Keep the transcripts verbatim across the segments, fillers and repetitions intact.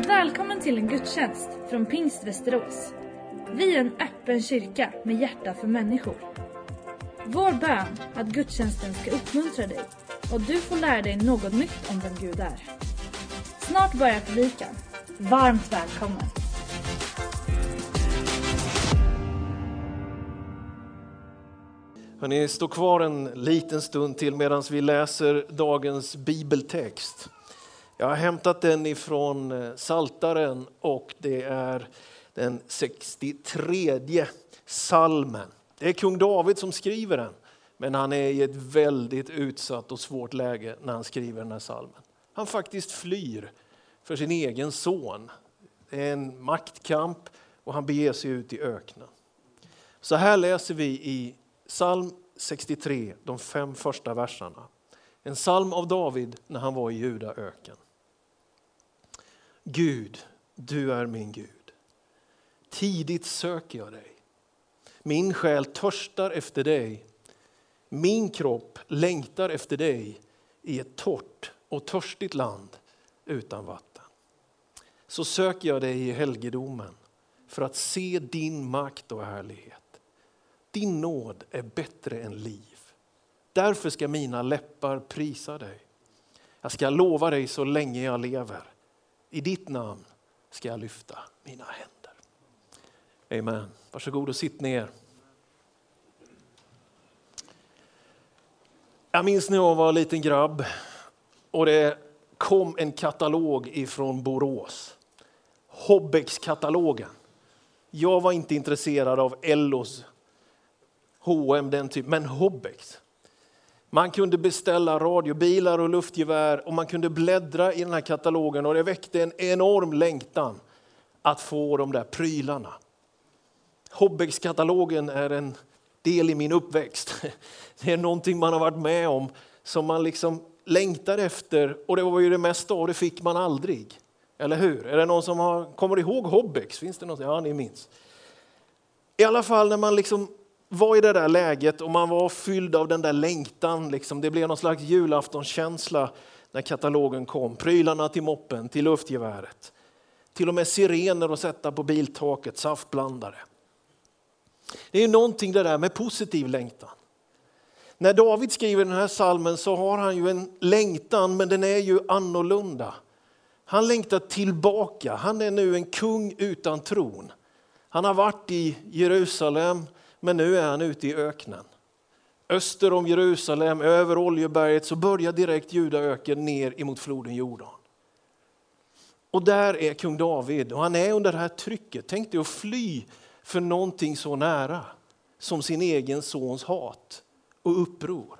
Välkommen till en gudstjänst från Pingst Västerås. Vi är en öppen kyrka med hjärta för människor. Vår bön är att gudstjänsten ska uppmuntra dig och du får lära dig något nytt om vem Gud är. Snart börjar predikan. Varmt välkommen! Hörrni, stå kvar en liten stund till medan vi läser dagens bibeltext. Jag har hämtat den ifrån Psaltaren och det är den sextiotredje salmen. Det är kung David som skriver den, men han är i ett väldigt utsatt och svårt läge när han skriver den här salmen. Han faktiskt flyr för sin egen son. Det är en maktkamp och han beger sig ut i öknen. Så här läser vi i psalm sextiotre, de fem första verserna. En psalm av David när han var i Judaöken. Gud, du är min Gud. Tidigt söker jag dig. Min själ törstar efter dig. Min kropp längtar efter dig i ett torrt och törstigt land utan vatten. Så söker jag dig i helgedomen för att se din makt och härlighet. Din nåd är bättre än liv. Därför ska mina läppar prisa dig. Jag ska lova dig så länge jag lever. I ditt namn ska jag lyfta mina händer. Amen. Varsågod och sitt ner. Jag minns när jag var en liten grabb och det kom en katalog ifrån Borås. Hobbex-katalogen. Jag var inte intresserad av Ellos, H och M, den typ, men Hobbex. Man kunde beställa radiobilar och luftgevär och man kunde bläddra i den här katalogen och det väckte en enorm längtan att få de där prylarna. Hobbex-katalogen är en del i min uppväxt. Det är någonting man har varit med om som man liksom längtar efter och det var ju det mesta och det fick man aldrig. Eller hur? Är det någon som har, kommer ihåg Hobbex? Finns det något? Ja, ni minns. I alla fall när man liksom var i det där läget och man var fylld av den där längtan. Liksom. Det blev någon slags julaftonskänsla när katalogen kom. Prylarna till moppen, till luftgeväret. Till och med sirener att sätta på biltaket, saftblandare. Det är ju någonting det där med positiv längtan. När David skriver den här salmen så har han ju en längtan, men den är ju annorlunda. Han längtar tillbaka. Han är nu en kung utan tron. Han har varit i Jerusalem, men nu är han ute i öknen. Öster om Jerusalem, över Oljeberget, så börjar direkt Judaöken ner emot floden Jordan. Och där är kung David och han är under det här trycket. Tänk dig att fly för någonting så nära som sin egen sons hat och uppror.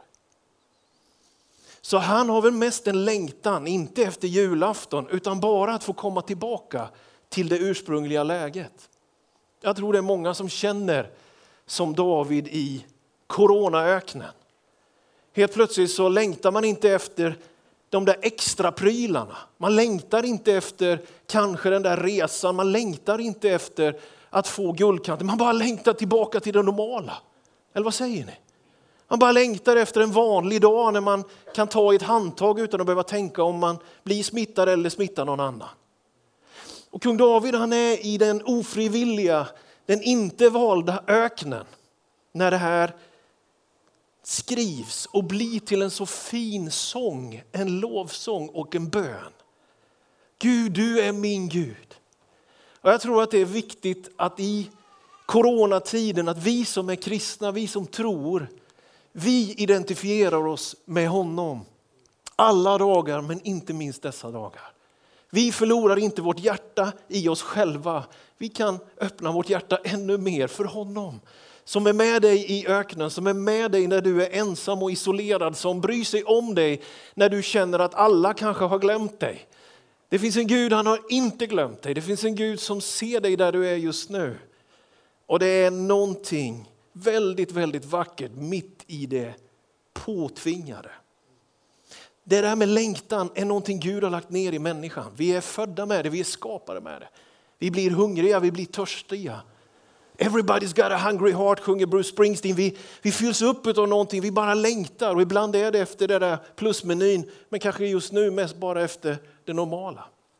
Så han har väl mest en längtan, inte efter julafton, utan bara att få komma tillbaka till det ursprungliga läget. Jag tror det är många som känner som David i coronaöknen. Helt plötsligt så längtar man inte efter de där extra prylarna. Man längtar inte efter kanske den där resan. Man längtar inte efter att få guldkanten. Man bara längtar tillbaka till det normala. Eller vad säger ni? Man bara längtar efter en vanlig dag när man kan ta ett handtag utan att behöva tänka om man blir smittad eller smittar någon annan. Och kung David, han är i den ofrivilliga, den inte valda öknen när det här skrivs och blir till en så fin sång, en lovsång och en bön. Gud, du är min Gud. Och jag tror att det är viktigt att i coronatiden att vi som är kristna, vi som tror, vi identifierar oss med honom alla dagar, men inte minst dessa dagar. Vi förlorar inte vårt hjärta i oss själva. Vi kan öppna vårt hjärta ännu mer för honom. Som är med dig i öknen, som är med dig när du är ensam och isolerad. Som bryr sig om dig när du känner att alla kanske har glömt dig. Det finns en Gud, han har inte glömt dig. Det finns en Gud som ser dig där du är just nu. Och det är någonting väldigt, väldigt vackert mitt i det påtvingade. Det där med längtan är någonting Gud har lagt ner i människan. Vi är födda med det, vi är skapade med det. Vi blir hungriga, vi blir törstiga. Everybody's got a hungry heart, sjunger Bruce Springsteen. Vi, vi fylls upp av någonting, vi bara längtar. Och ibland är det efter det där plusmenyn, men kanske just nu mest bara efter det normala.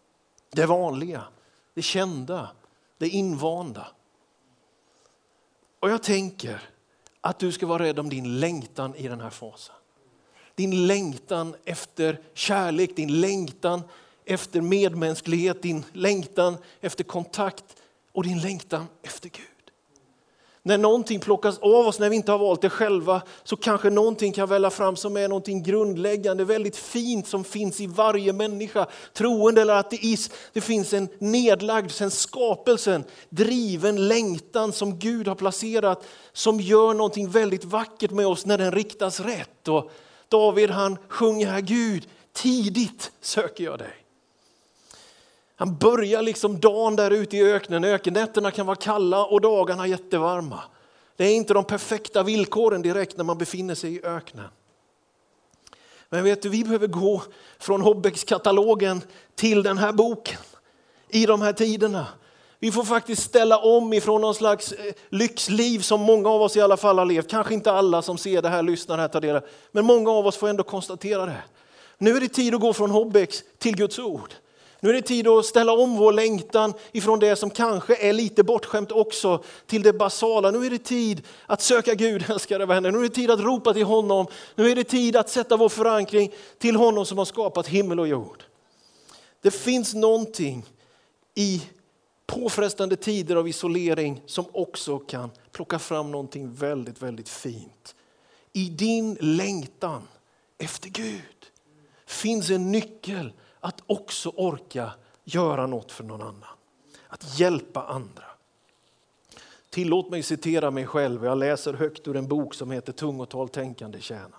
Det vanliga, det kända, det invanda. Och jag tänker att du ska vara rädd om din längtan i den här fasen. Din längtan efter kärlek, din längtan efter medmänsklighet, din längtan efter kontakt och din längtan efter Gud. När någonting plockas av oss, när vi inte har valt det själva, så kanske någonting kan välla fram som är någonting grundläggande, väldigt fint som finns i varje människa. Troende eller ateist, det finns en nedlagd, sen skapelsen, driven längtan som Gud har placerat, som gör någonting väldigt vackert med oss när den riktas rätt. Och David han sjunger här, Gud, tidigt söker jag dig. Han börjar liksom dagen där ute i öknen. Ökennätterna kan vara kalla och dagarna jättevarma. Det är inte de perfekta villkoren direkt när man befinner sig i öknen. Men vet du, vi behöver gå från Hobbecks-katalogen till den här boken i de här tiderna. Vi får faktiskt ställa om ifrån någon slags lyxliv som många av oss i alla fall har levt. Kanske inte alla som ser det här, lyssnar här, tar del. Men många av oss får ändå konstatera det. Nu är det tid att gå från Hobbecks till Guds ord. Nu är det tid att ställa om vår längtan ifrån det som kanske är lite bortskämt också till det basala. Nu är det tid att söka Gud, älskade vänner. Nu är det tid att ropa till honom. Nu är det tid att sätta vår förankring till honom som har skapat himmel och jord. Det finns någonting i påfrestande tider av isolering som också kan plocka fram någonting väldigt, väldigt fint. I din längtan efter Gud finns en nyckel att också orka göra något för någon annan. Att hjälpa andra. Tillåt mig citera mig själv. Jag läser högt ur en bok som heter Tungotal tänkande tjänande.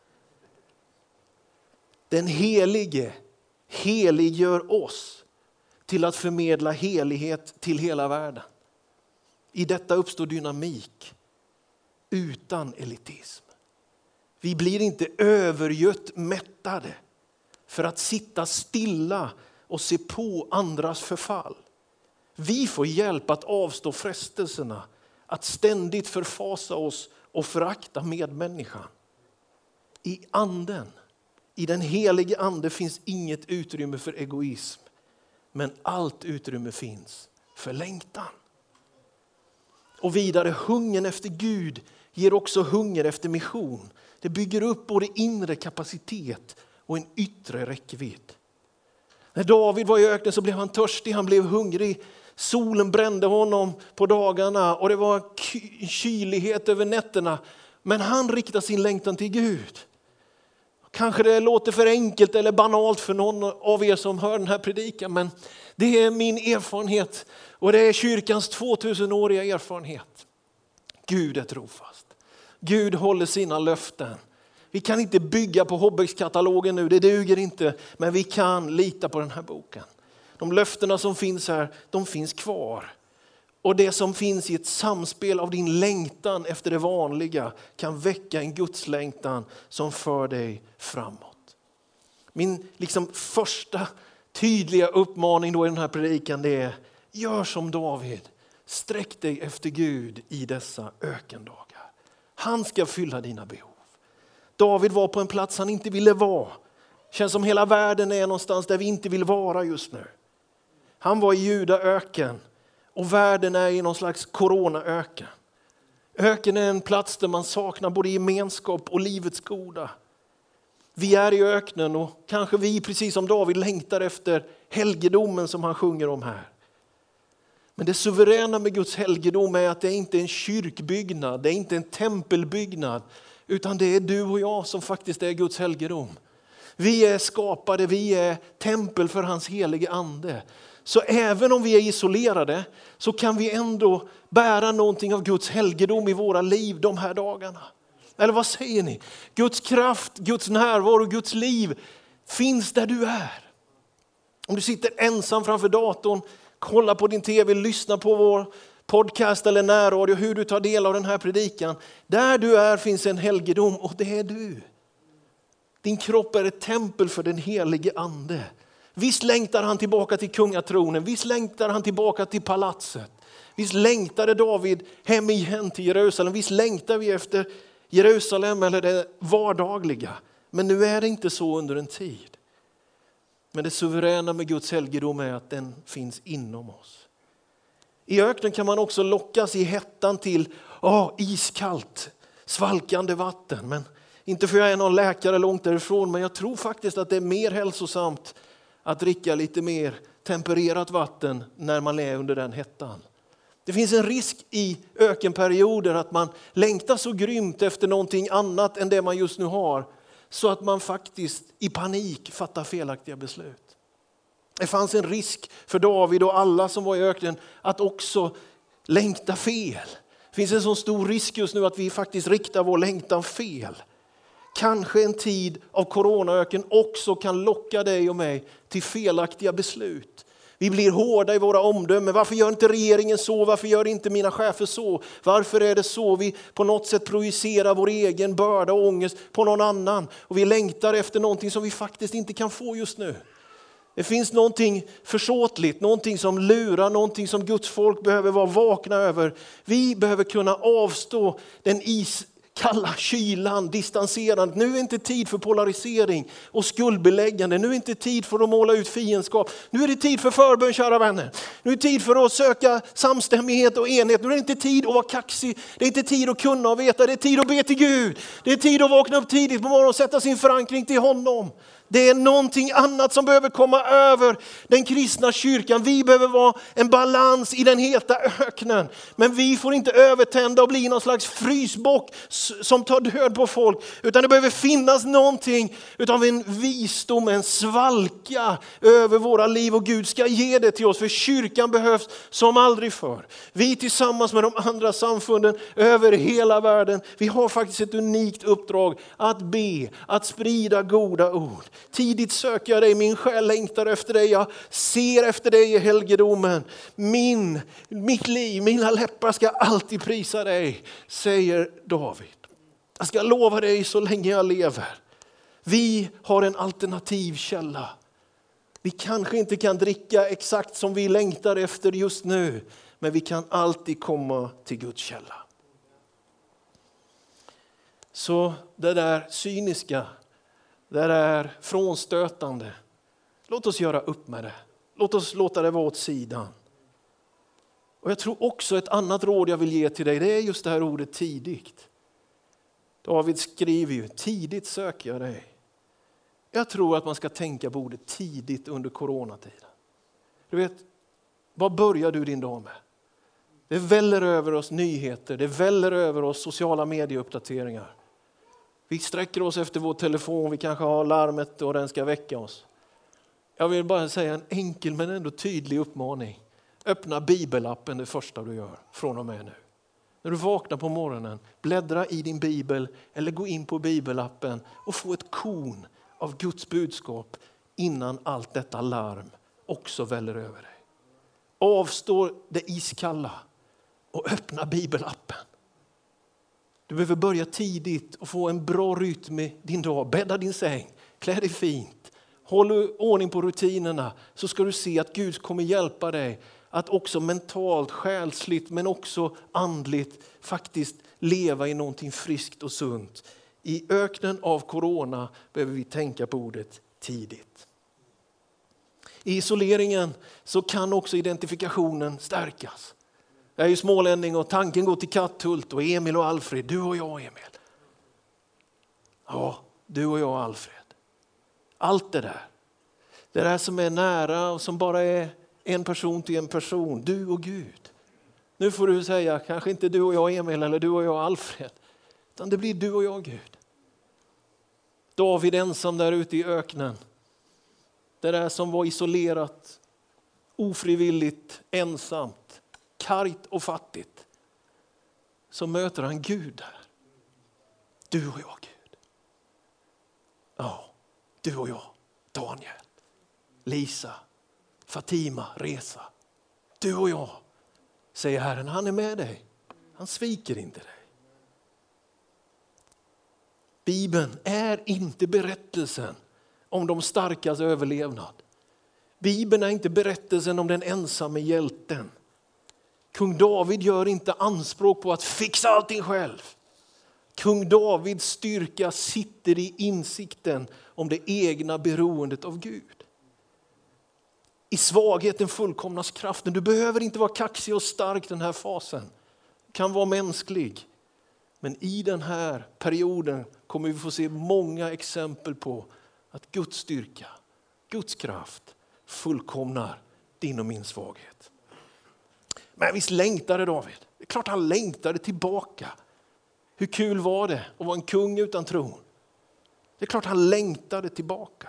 Den helige heliggör oss till att förmedla helighet till hela världen. I detta uppstår dynamik utan elitism. Vi blir inte övergött mättade för att sitta stilla och se på andras förfall. Vi får hjälp att avstå frestelserna, att ständigt förfasa oss och förakta medmänniskan. I anden, i den helige ande finns inget utrymme för egoism, men allt utrymme finns för längtan. Och vidare, hungern efter Gud ger också hunger efter mission. Det bygger upp både inre kapacitet och en yttre räckvidd. När David var i öknen så blev han törstig, han blev hungrig. Solen brände honom på dagarna och det var kylighet över nätterna. Men han riktade sin längtan till Gud. Kanske det låter för enkelt eller banalt för någon av er som hör den här predikan, men det är min erfarenhet och det är kyrkans tvåtusenåriga erfarenhet. Gud är trofast. Gud håller sina löften. Vi kan inte bygga på Hobbecks-katalogen nu, det duger inte, men vi kan lita på den här boken. De löftena som finns här, de finns kvar. Och det som finns i ett samspel av din längtan efter det vanliga kan väcka en Guds längtan som för dig framåt. Min liksom första tydliga uppmaning då i den här predikan, det är: gör som David, sträck dig efter Gud i dessa ökendagar. Han ska fylla dina behov. David var på en plats han inte ville vara. Känns som hela världen är någonstans där vi inte vill vara just nu. Han var i Judaöken och världen är i någon slags coronaöken. Öken är en plats där man saknar både gemenskap och livets goda. Vi är i öknen och kanske vi, precis som David, längtar efter helgedomen som han sjunger om här. Men det suveräna med Guds helgedom är att det inte är en kyrkbyggnad, det är inte en tempelbyggnad, utan det är du och jag som faktiskt är Guds helgedom. Vi är skapade, vi är tempel för hans helige ande. Så även om vi är isolerade så kan vi ändå bära någonting av Guds helgedom i våra liv de här dagarna. Eller vad säger ni? Guds kraft, Guds närvaro, Guds liv finns där du är. Om du sitter ensam framför datorn, kolla på din tv, lyssna på vår podcast eller närradio, hur du tar del av den här predikan. Där du är finns en helgedom och det är du. Din kropp är ett tempel för den helige ande. Visst längtar han tillbaka till kungatronen, visst längtar han tillbaka till palatset. Visst längtade David hem igen till Jerusalem, visst längtar vi efter Jerusalem eller det vardagliga. Men nu är det inte så under en tid. Men det suveräna med Guds helgedom är att den finns inom oss. I öknen kan man också lockas i hettan till oh, iskallt, svalkande vatten. Men inte för jag är någon läkare långt därifrån, men jag tror faktiskt att det är mer hälsosamt att dricka lite mer tempererat vatten när man är under den hettan. Det finns en risk i ökenperioder att man längtar så grymt efter någonting annat än det man just nu har, så att man faktiskt i panik fattar felaktiga beslut. Det fanns en risk för David och alla som var i öknen att också längta fel. Det finns en så stor risk just nu att vi faktiskt riktar vår längtan fel. Kanske en tid av coronaöken också kan locka dig och mig till felaktiga beslut. Vi blir hårda i våra omdömen. Varför gör inte regeringen så? Varför gör inte mina chefer så? Varför är det så? Vi på något sätt projicerar vår egen börda och ångest på någon annan. Och vi längtar efter någonting som vi faktiskt inte kan få just nu. Det finns någonting försåtligt, någonting som lurar, någonting som Guds folk behöver vara vakna över. Vi behöver kunna avstå den iskalla kylan, distanserandet. Nu är inte tid för polarisering och skuldbeläggande. Nu är inte tid för att måla ut fiendskap. Nu är det tid för förbön, kära vänner. Nu är det tid för att söka samstämmighet och enhet. Nu är det inte tid att vara kaxig. Det är inte tid att kunna och veta. Det är tid att be till Gud. Det är tid att vakna upp tidigt på morgonen och sätta sin förankring till honom. Det är någonting annat som behöver komma över den kristna kyrkan. Vi behöver vara en balans i den heta öknen. Men vi får inte övertända och bli någon slags frysbock som tar död på folk. Utan det behöver finnas någonting utav en visdom, en svalka över våra liv. Och Gud ska ge det till oss, för kyrkan behövs som aldrig förr. Vi tillsammans med de andra samfunden över hela världen, vi har faktiskt ett unikt uppdrag att be, att sprida goda ord. Tidigt söker jag dig, min själ längtar efter dig, jag ser efter dig i helgedomen. Min, mitt liv, mina läppar ska alltid prisa dig, säger David. Jag ska lova dig så länge jag lever. Vi har en alternativ källa. Vi kanske inte kan dricka exakt som vi längtar efter just nu, men vi kan alltid komma till Guds källa. Så det där cyniska, det är frånstötande. Låt oss göra upp med det. Låt oss låta det vara åt sidan. Och jag tror också ett annat råd jag vill ge till dig, det är just det här ordet tidigt. David skriver ju, tidigt söker jag dig. Jag tror att man ska tänka på ordet tidigt under coronatiden. Du vet, vad börjar du din dag med? Det väller över oss nyheter, det väller över oss sociala medieuppdateringar. Vi sträcker oss efter vår telefon, vi kanske har larmet och den ska väcka oss. Jag vill bara säga en enkel men ändå tydlig uppmaning. Öppna bibelappen det första du gör från och med nu. När du vaknar på morgonen, bläddra i din bibel eller gå in på bibelappen och få ett korn av Guds budskap innan allt detta larm också väller över dig. Avstå det iskalla och öppna bibelappen. Du behöver börja tidigt och få en bra rytm i din dag. Bädda din säng, klä dig fint. Håll ordning på rutinerna, så ska du se att Gud kommer hjälpa dig att också mentalt, själsligt men också andligt faktiskt leva i någonting friskt och sunt. I öknen av corona behöver vi tänka på ordet tidigt. I isoleringen så kan också identifikationen stärkas. Jag är ju smålänning och tanken går till Katthult och Emil och Alfred. Du och jag, Emil. Ja, du och jag, Alfred. Allt det där. Det där som är nära och som bara är en person till en person. Du och Gud. Nu får du säga kanske inte du och jag, Emil, eller du och jag, Alfred. Utan det blir du och jag, Gud. David ensam där ute i öknen. Det där som var isolerat, ofrivilligt, ensamt. Kargt och fattigt, så möter han Gud där. Du och jag, Gud. Ja, du och jag, Daniel, Lisa, Fatima, Resa. Du och jag, säger Herren, han är med dig. Han sviker inte dig. Bibeln är inte berättelsen om de starkas överlevnad. Bibeln är inte berättelsen om den ensamme hjälten. Kung David gör inte anspråk på att fixa allting själv. Kung Davids styrka sitter i insikten om det egna beroendet av Gud. I svagheten fullkomnas kraften. Du behöver inte vara kaxig och stark den här fasen. Du kan vara mänsklig. Men i den här perioden kommer vi få se många exempel på att Guds styrka, Guds kraft fullkomnar din och min svaghet. Men visst längtade David. Det är klart han längtade tillbaka. Hur kul var det att vara en kung utan tron? Det är klart han längtade tillbaka.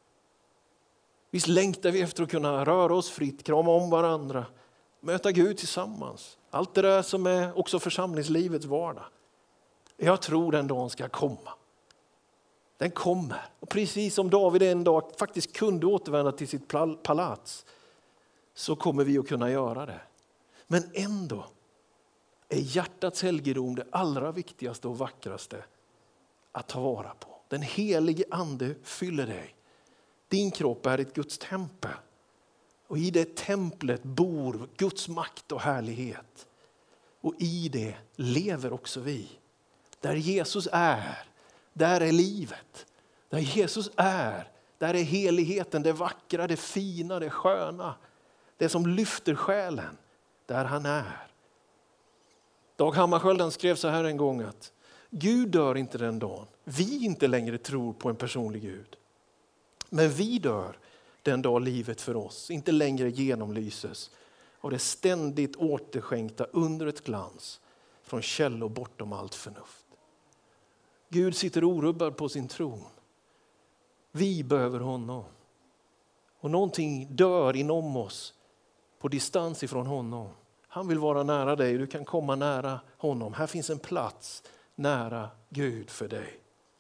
Visst längtar vi efter att kunna röra oss fritt, krama om varandra, möta Gud tillsammans. Allt det där som är också församlingslivets vardag. Jag tror den dagen ska komma. Den kommer. Och precis som David en dag faktiskt kunde återvända till sitt palats, så kommer vi att kunna göra det. Men ändå är hjärtats helgedom det allra viktigaste och vackraste att ta vara på. Den helige ande fyller dig. Din kropp är ett Guds tempel. Och i det templet bor Guds makt och härlighet. Och i det lever också vi. Där Jesus är, där är livet. Där Jesus är, där är heligheten, det vackra, det fina, det sköna. Det som lyfter själen, där han är. Dag Hammarskjöld skrev så här en gång att Gud dör inte den dagen vi inte längre tror på en personlig Gud. Men vi dör den dag livet för oss inte längre genomlyses av det ständigt återskänkta undret glans från källor bortom allt förnuft. Gud sitter orubbad på sin tron. Vi behöver honom. Och någonting dör inom oss på distans ifrån honom. Han vill vara nära dig. Du kan komma nära honom. Här finns en plats nära Gud för dig.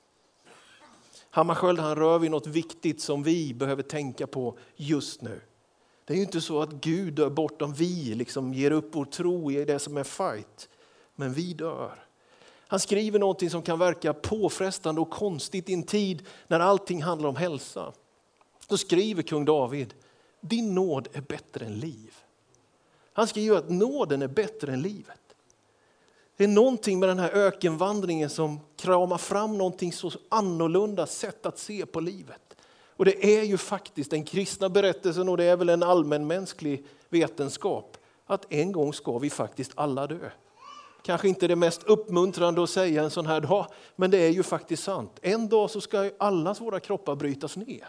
Hammarskjöld han rör vid något viktigt som vi behöver tänka på just nu. Det är ju inte så att Gud dör bort om vi liksom ger upp vår tro i det som är fight. Men vi dör. Han skriver någonting som kan verka påfrestande och konstigt i en tid när allting handlar om hälsa. Då skriver kung David, din nåd är bättre än liv. Han skriver att nåden är bättre än livet. Det är någonting med den här ökenvandringen som kramar fram någonting så annorlunda sätt att se på livet. Och det är ju faktiskt den kristna berättelsen, och det är väl en allmänmänsklig vetenskap, att en gång ska vi faktiskt alla dö. Kanske inte det mest uppmuntrande att säga en sån här dag, men det är ju faktiskt sant. En dag så ska allas våra kroppar brytas ner.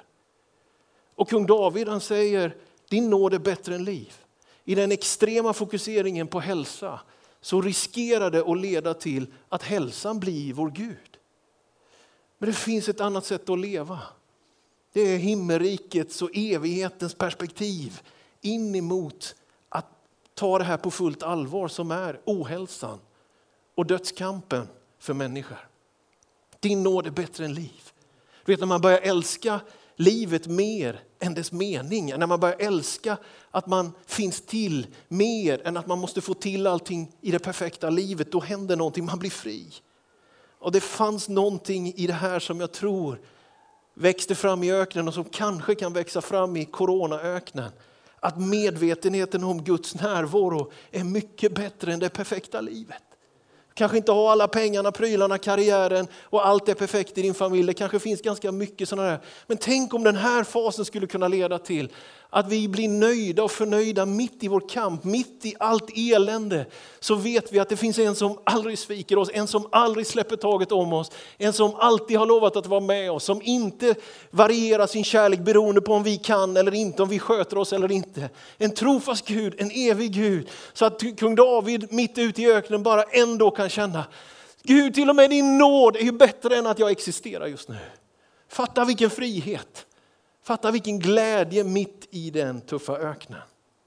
Och kung David han säger, din nåd är bättre än liv. I den extrema fokuseringen på hälsa så riskerar det att leda till att hälsan blir vår Gud. Men det finns ett annat sätt att leva. Det är himmelrikets och evighetens perspektiv in emot att ta det här på fullt allvar som är ohälsan och dödskampen för människor. Din nåd är bättre än liv. Du vet när man börjar älska livet mer än dess mening. När man börjar älska att man finns till mer än att man måste få till allting i det perfekta livet. Då händer någonting, man blir fri. Och det fanns någonting i det här som jag tror växte fram i öknen och som kanske kan växa fram i coronaöknen. Att medvetenheten om Guds närvaro är mycket bättre än det perfekta livet. Kanske inte ha alla pengarna, prylarna, karriären och allt är perfekt i din familj. Det kanske finns ganska mycket sådana där. Men tänk om den här fasen skulle kunna leda till att vi blir nöjda och förnöjda mitt i vår kamp, mitt i allt elände. Så vet vi att det finns en som aldrig sviker oss, en som aldrig släpper taget om oss. En som alltid har lovat att vara med oss, som inte varierar sin kärlek beroende på om vi kan eller inte, om vi sköter oss eller inte. En trofast Gud, en evig Gud. Så att kung David mitt ute i öknen bara ändå kan känna, Gud, till och med din nåd är ju bättre än att jag existerar just nu. Fatta vilken frihet. Fatta vilken glädje mitt i den tuffa öknen.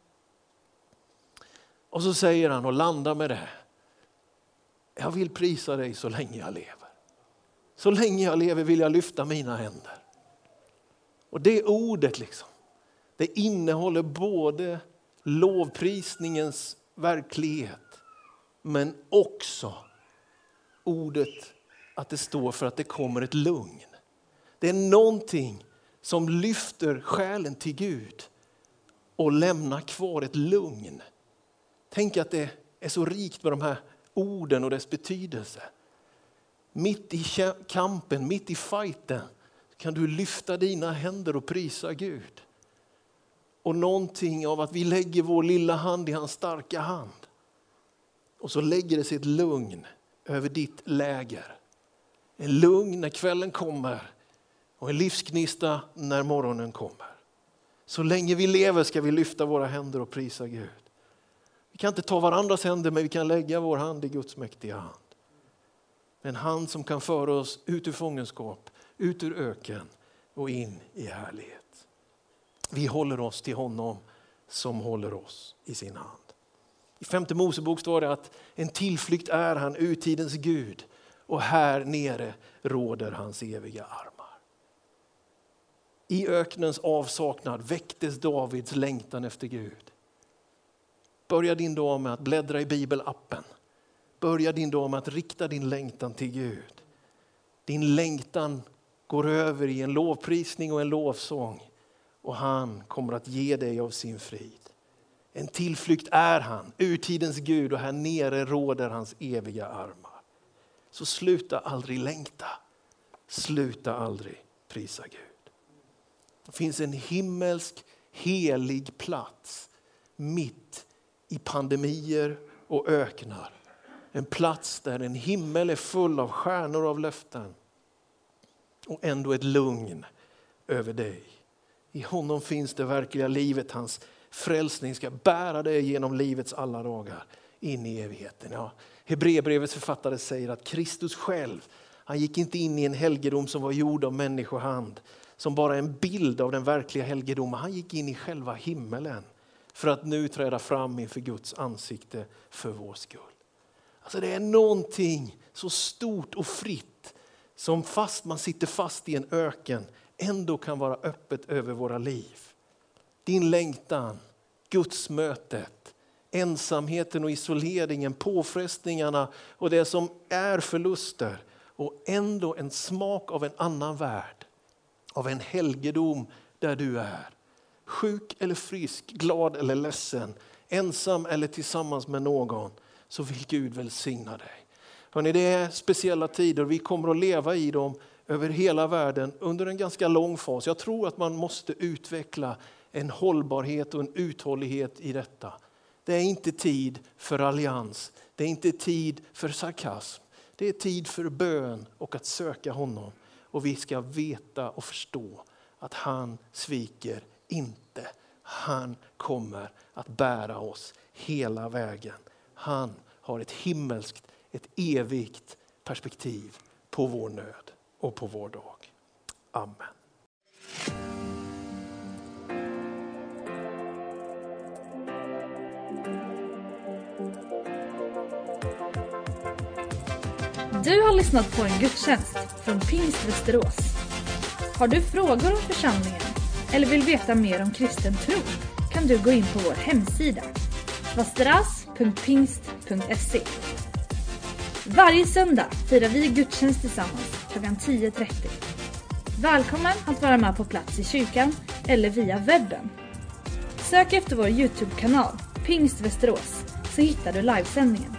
Och så säger han och landar med det. Jag vill prisa dig så länge jag lever. Så länge jag lever vill jag lyfta mina händer. Och det ordet liksom, det innehåller både lovprisningens verklighet, men också ordet att det står för att det kommer ett lugn. Det är någonting som lyfter själen till Gud och lämnar kvar ett lugn. Tänk att det är så rikt med de här orden och dess betydelse. Mitt i kampen, mitt i fighten kan du lyfta dina händer och prisa Gud. och någonting av att vi lägger vår lilla hand i hans starka hand. Och så lägger det sig ett lugn över ditt läger. En lugn när kvällen kommer och en livsgnista när morgonen kommer. Så länge vi lever ska vi lyfta våra händer och prisa Gud. Vi kan inte ta varandras händer, men vi kan lägga vår hand i Guds mäktiga hand. En hand som kan föra oss ut ur fångenskap, ut ur öken och in i härlighet. Vi håller oss till honom som håller oss i sin hand. I femte Mosebok står det att en tillflykt är han, urtidens Gud, och här nere råder hans eviga armar. I öknens avsaknad väcktes Davids längtan efter Gud. Börja din dag med att bläddra i bibelappen. Börja din dag med att rikta din längtan till Gud. Din längtan går över i en lovprisning och en lovsång. Och han kommer att ge dig av sin frid. En tillflykt är han, urtidens Gud, och här nere råder hans eviga armar. Så sluta aldrig längta. Sluta aldrig prisa Gud. Det finns en himmelsk, helig plats mitt i pandemier och öknar. En plats där en himmel är full av stjärnor av löften. Och ändå ett lugn över dig. I honom finns det verkliga livet. Hans frälsning ska bära dig genom livets alla dagar in i evigheten. Ja, Hebreerbrevets författare säger att Kristus själv, han gick inte in i en helgedom som var gjord av människohand. Som bara en bild av den verkliga helgedomen. Han gick in i själva himmelen. För att nu träda fram inför Guds ansikte för vår skull. Alltså det är någonting så stort och fritt. Som fast man sitter fast i en öken ändå kan vara öppet över våra liv. Din längtan, Guds mötet, ensamheten och isoleringen, påfrestningarna och det som är förluster. Och ändå en smak av en annan värld. Av en helgedom där du är. Sjuk eller frisk, glad eller ledsen, ensam eller tillsammans med någon, så vill Gud välsigna dig. Hörrni, det är speciella tider, vi kommer att leva i dem över hela världen under en ganska lång fas. Jag tror att man måste utveckla en hållbarhet och en uthållighet i detta. Det är inte tid för allians, det är inte tid för sarkasm. Det är tid för bön och att söka honom. Och vi ska veta och förstå att han sviker inte. Han kommer att bära oss hela vägen. Han har ett himmelskt, ett evigt perspektiv på vår nöd och på vår dag. Amen. Du har lyssnat på en gudstjänst från Pingst Västerås. Har du frågor om församlingen eller vill veta mer om kristen tro kan du gå in på vår hemsida vasteras punkt pingst punkt se. Varje söndag firar vi gudstjänst tillsammans klockan tio trettio. Välkommen att vara med på plats i kyrkan eller via webben. Sök efter vår YouTube-kanal Pingst Västerås så hittar du livesändningen.